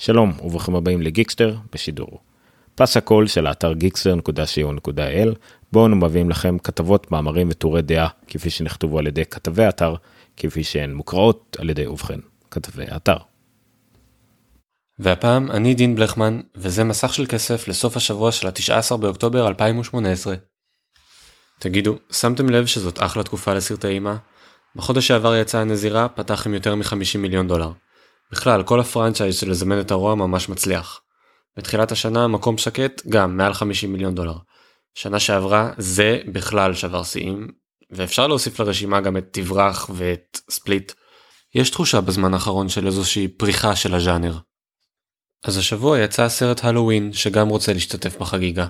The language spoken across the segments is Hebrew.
שלום וברוכים הבאים לגיקסטר בשידור. פס הקול של האתר geekster.co.il, בו אנו מביאים לכם כתבות, מאמרים וטורי דעה, כפי שנכתובו על ידי כתבי האתר, כפי שהן מוקראות על ידי ובכן כתבי האתר. והפעם אני דין בלחמן, וזה מסך של כסף לסוף השבוע של ה-19 באוקטובר 2018. תגידו, שמתם לב שזאת אחלה תקופה לסרטי אימה? בחודש שעבר יצאה הנזירה, פתח עם יותר מ$50 מיליון. בכלל, כל הפרנצ'ייז של לזמן את הרוע ממש מצליח. בתחילת השנה, מקום שקט, גם מעל $50 מיליון. שנה שעברה, זה בכלל שבר שיאים, ואפשר להוסיף לרשימה גם את תברח ואת ספליט. יש תחושה בזמן האחרון של איזושהי פריחה של הז'אנר. אז השבוע יצא הסרט הלווין, שגם רוצה להשתתף בחגיגה.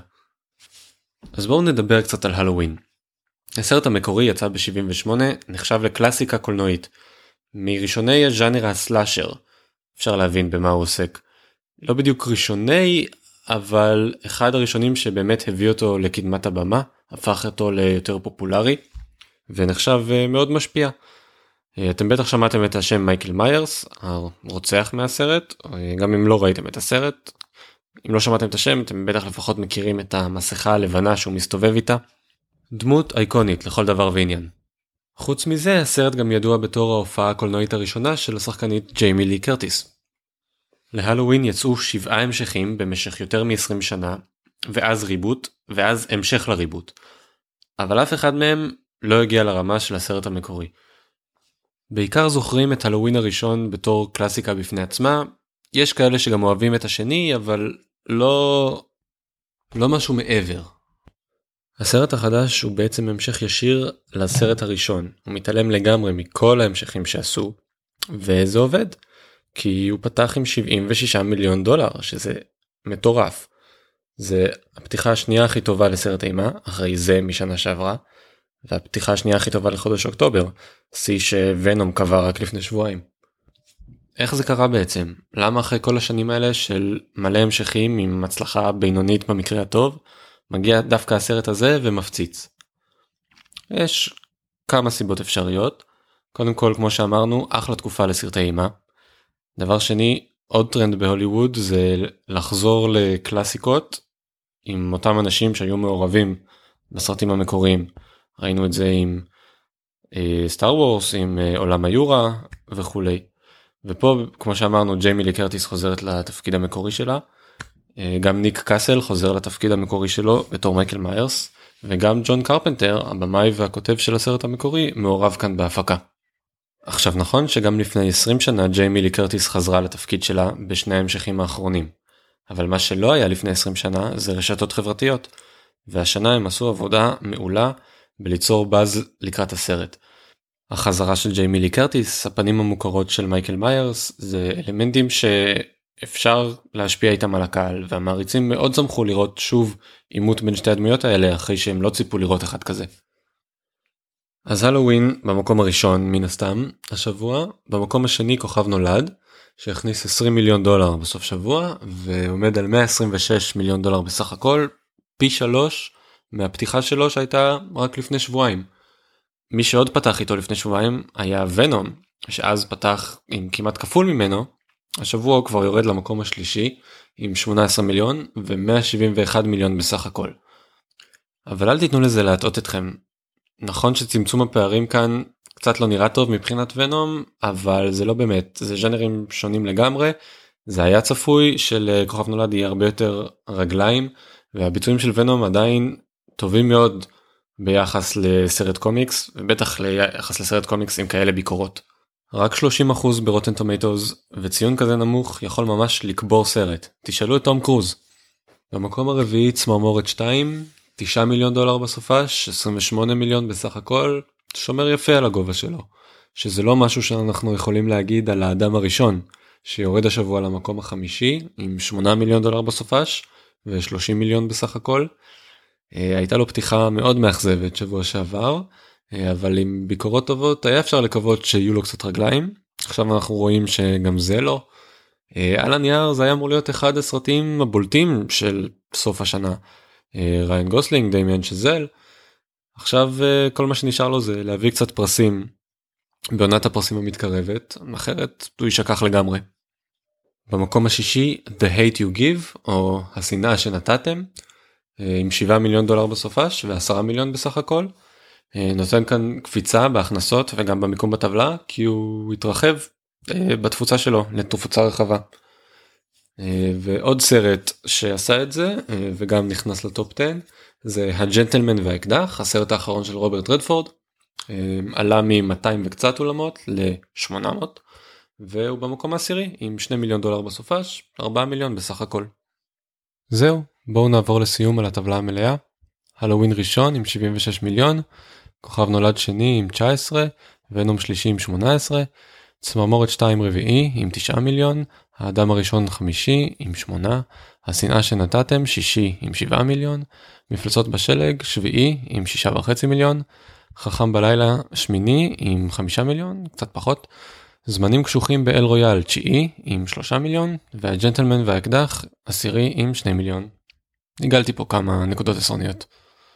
אז בואו נדבר קצת על הלווין. הסרט המקורי יצא ב-78, נחשב לקלאסיקה קולנועית. מראשוני הז'אנר הסלאשר, אפשר להבין במה הוא עוסק. לא בדיוק ראשוני, אבל אחד הראשונים שבאמת הביא אותו לקדמת הבמה, הפך אותו ליותר פופולרי, ונחשב מאוד משפיע. אתם בטח שמעתם את השם מייקל מיירס, הרוצח מהסרט, גם אם לא ראיתם את הסרט. אם לא שמעתם את השם, אתם בטח לפחות מכירים את המסכה הלבנה שהוא מסתובב איתה. דמות אייקונית לכל דבר ועניין. חוץ מזה, הסרט גם ידוע בתור ההופעה הקולנועית הראשונה של השחקנית ג'יימי לי קרטיס. להלווין יצאו 7 המשכים במשך יותר מ-20 שנה, ואז ריבוט, ואז המשך לריבוט. אבל אף אחד מהם לא הגיע לרמה של הסרט המקורי. בעיקר זוכרים את הלווין הראשון בתור קלאסיקה בפני עצמה, יש כאלה שגם אוהבים את השני, אבל לא משהו מעבר. הסרט החדש הוא בעצם המשך ישיר לסרט הראשון, הוא מתעלם לגמרי מכל ההמשכים שעשו, וזה עובד, כי הוא פתח עם $76 מיליון, שזה מטורף. זה הפתיחה השנייה הכי טובה לסרט אימה, אחרי זה משנה שעברה, והפתיחה השנייה הכי טובה לחודש אוקטובר, שיא שוונום קבע רק לפני שבועיים. איך זה קרה בעצם? למה אחרי כל השנים האלה של מלא המשכים עם הצלחה בינונית במקרה הטוב, מגיע דווקא הסרט הזה ומפציץ? יש כמה סיבות אפשריות. קודם כל, כמו שאמרנו, אחלה תקופה לסרטי אימה. דבר שני, עוד טרנד בהוליווד זה לחזור לקלאסיקות עם אותם אנשים שהיו מעורבים בסרטים המקוריים. ראינו את זה עם סטאר וורס, עם עולם היורה וכולי. ופה, כמו שאמרנו, ג'יימי לי קרטיס חוזרת לתפקיד המקורי שלה. גם ניק קאסל חוזר לתפקיד המקורי שלו בתור מייקל מיירס. וגם ג'ון קרפנטר, הבמאי והכותב של הסרט המקורי, מעורב כאן בהפקה. עכשיו נכון שגם לפני 20 שנה ג'יימי לי קרטיס חזרה לתפקיד שלה בשני ההמשכים האחרונים. אבל מה שלא היה לפני 20 שנה זה רשתות חברתיות. והשנה הם עשו עבודה מעולה בליצור באז לקראת הסרט. החזרה של ג'יימי לי קרטיס, הפנים המוכרות של מייקל מיירס, זה אלמנטים שאפשר להשפיע איתם על הקהל, והמעריצים מאוד שמחו לראות שוב עימות בין שתי הדמויות האלה, אחרי שהם לא ציפו לראות אחד כזה. אז הלווין במקום הראשון מן הסתם, השבוע, במקום השני כוכב נולד, שהכניס $20 מיליון בסוף שבוע, ועומד על $126 מיליון בסך הכל, פי 3 מהפתיחה שלו שהייתה רק לפני שבועיים. מי שעוד פתח איתו לפני שבועיים היה ונום, שאז פתח עם כמעט כפול ממנו, השבוע הוא כבר יורד למקום השלישי עם 18 מיליון ו171 מיליון בסך הכל. אבל אל תיתנו לזה להטעות אתכם. נכון שצמצום הפערים כאן קצת לא נראה טוב מבחינת ונום, אבל זה לא באמת, זה ז'אנרים שונים לגמרי. זה היה צפוי של כוכב נולד יהיה הרבה יותר רגליים, והביצועים של ונום עדיין טובים מאוד ביחס לסרט קומיקס, ובטח ליחס לסרט קומיקס עם כאלה ביקורות. רק 30% ברוטן טומטוז, וציון כזה נמוך יכול ממש לקבור סרט. תשאלו את תום קרוז. במקום הרביעי צמרמורת 2, $9 מיליון בסופש, 28 מיליון בסך הכל, שומר יפה על הגובה שלו. שזה לא משהו שאנחנו יכולים להגיד על האדם הראשון, שיורד השבוע למקום החמישי, עם $8 מיליון בסופש, ו30 מיליון בסך הכל. הייתה לו פתיחה מאוד מאכזבת שבוע שעבר, אבל עם ביקורות טובות היה אפשר לקוות שיהיו לו קצת רגליים. עכשיו אנחנו רואים שגם זה לא. על הנייר זה היה אמור להיות אחד הסרטים הבולטים של סוף השנה. ריין גוסלינג, דמיאן שזל. עכשיו כל מה שנשאר לו זה להביא קצת פרסים בעונת הפרסים המתקרבת, אחרת הוא ישכח לגמרי. במקום השישי, The Hate You Give, או השנאה שנתתם, עם $7 מיליון בסופש ו10 מיליון בסך הכל. נותן כאן קפיצה בהכנסות וגם במיקום בטבלה, כי הוא התרחב בתפוצה שלו לתפוצה רחבה. ועוד סרט שעשה את זה, וגם נכנס לטופ 10, זה הג'נטלמן והאקדח, הסרט האחרון של רוברט רדפורד. עלה מ-200 וקצת אולמות ל-800, והוא במקום העשירי עם $2 מיליון בסופש, 4 מיליון בסך הכל. זהו, בואו נעבור לסיום על הטבלה המלאה. הלווין ראשון עם 76 מיליון, כוכב נולד שני עם 19, ונום שלישי עם 18, צמרמורת 2 רביעי עם 9 מיליון, האדם הראשון חמישי עם 8, השנאה שנתתם שישי עם 7 מיליון, מפלצות בשלג שביעי עם 6.5 מיליון, חכם בלילה שמיני עם 5 מיליון, קצת פחות, זמנים קשוחים באל רויאל תשיעי עם 3 מיליון, והג'נטלמן והאקדח עשירי עם 2 מיליון. הגלתי פה כמה נקודות עשרוניות.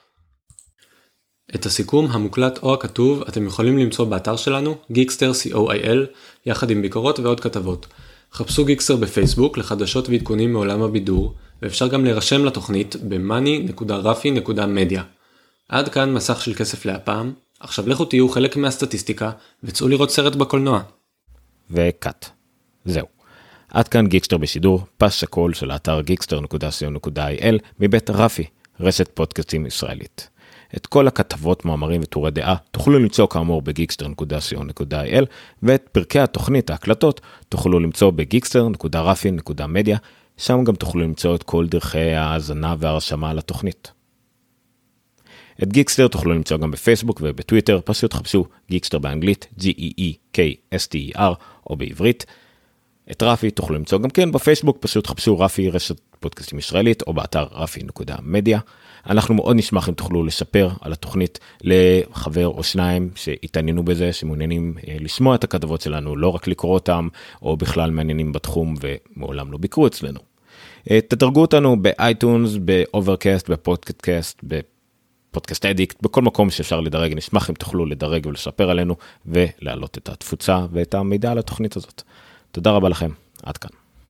את הסיכום המוקלט או הכתוב אתם יכולים למצוא באתר שלנו, Geekster co.il, יחד עם ביקורות ועוד כתבות. חפשו גיקסטר בפייסבוק לחדשות ועדכונים מעולם הבידור, ואפשר גם להירשם לתוכנית ב-money.rafi.media. עד כאן מסך של כסף להפעם, עכשיו לכו תהיו חלק מהסטטיסטיקה וצאו לראות סרט בקולנוע. וקאט. זהו. עד כאן גיקסטר בשידור, פס שקול של האתר geekster.co.il מבית רפי, רשת פודקאסטים ישראלית. את כל הכתבות, מאמרים וטורי דעה תוכלו למצוא כאמור בgeekster.co.il, ואת פרקי התוכנית, ההקלטות, תוכלו למצוא בgeekster.rafi.media, שם גם תוכלו למצוא את כל דרכי ההאזנה והרשמה לתוכנית. את גיקסטר תוכלו למצוא גם בפייסבוק ובטוויטר, פשוט חפשו גיקסטר באנגלית, Geekster, או בעברית. את רפי תוכלו למצוא גם כן בפייסבוק, פשוט חפשו רפי, רשת פודקאסטים ישראלית, או באתר rafi.media. אנחנו מאוד נשמח אם תוכלו לשפר על התוכנית לחבר או שניים שהתעניינו בזה, שמעוניינים לשמוע את הכתבות שלנו, לא רק לקרוא אותם, או בכלל מעניינים בתחום ומעולם לא ביקרו אצלנו. תדרגו אותנו באייטונס, באוברקאסט, בפודקאסט, בפודקאסט אדיקט, בכל מקום שאפשר לדרג. נשמח אם תוכלו לדרג ולשפר עלינו, ולהעלות את התפוצה ואת המידע על התוכנית הזאת. תודה רבה לכם, עד כאן.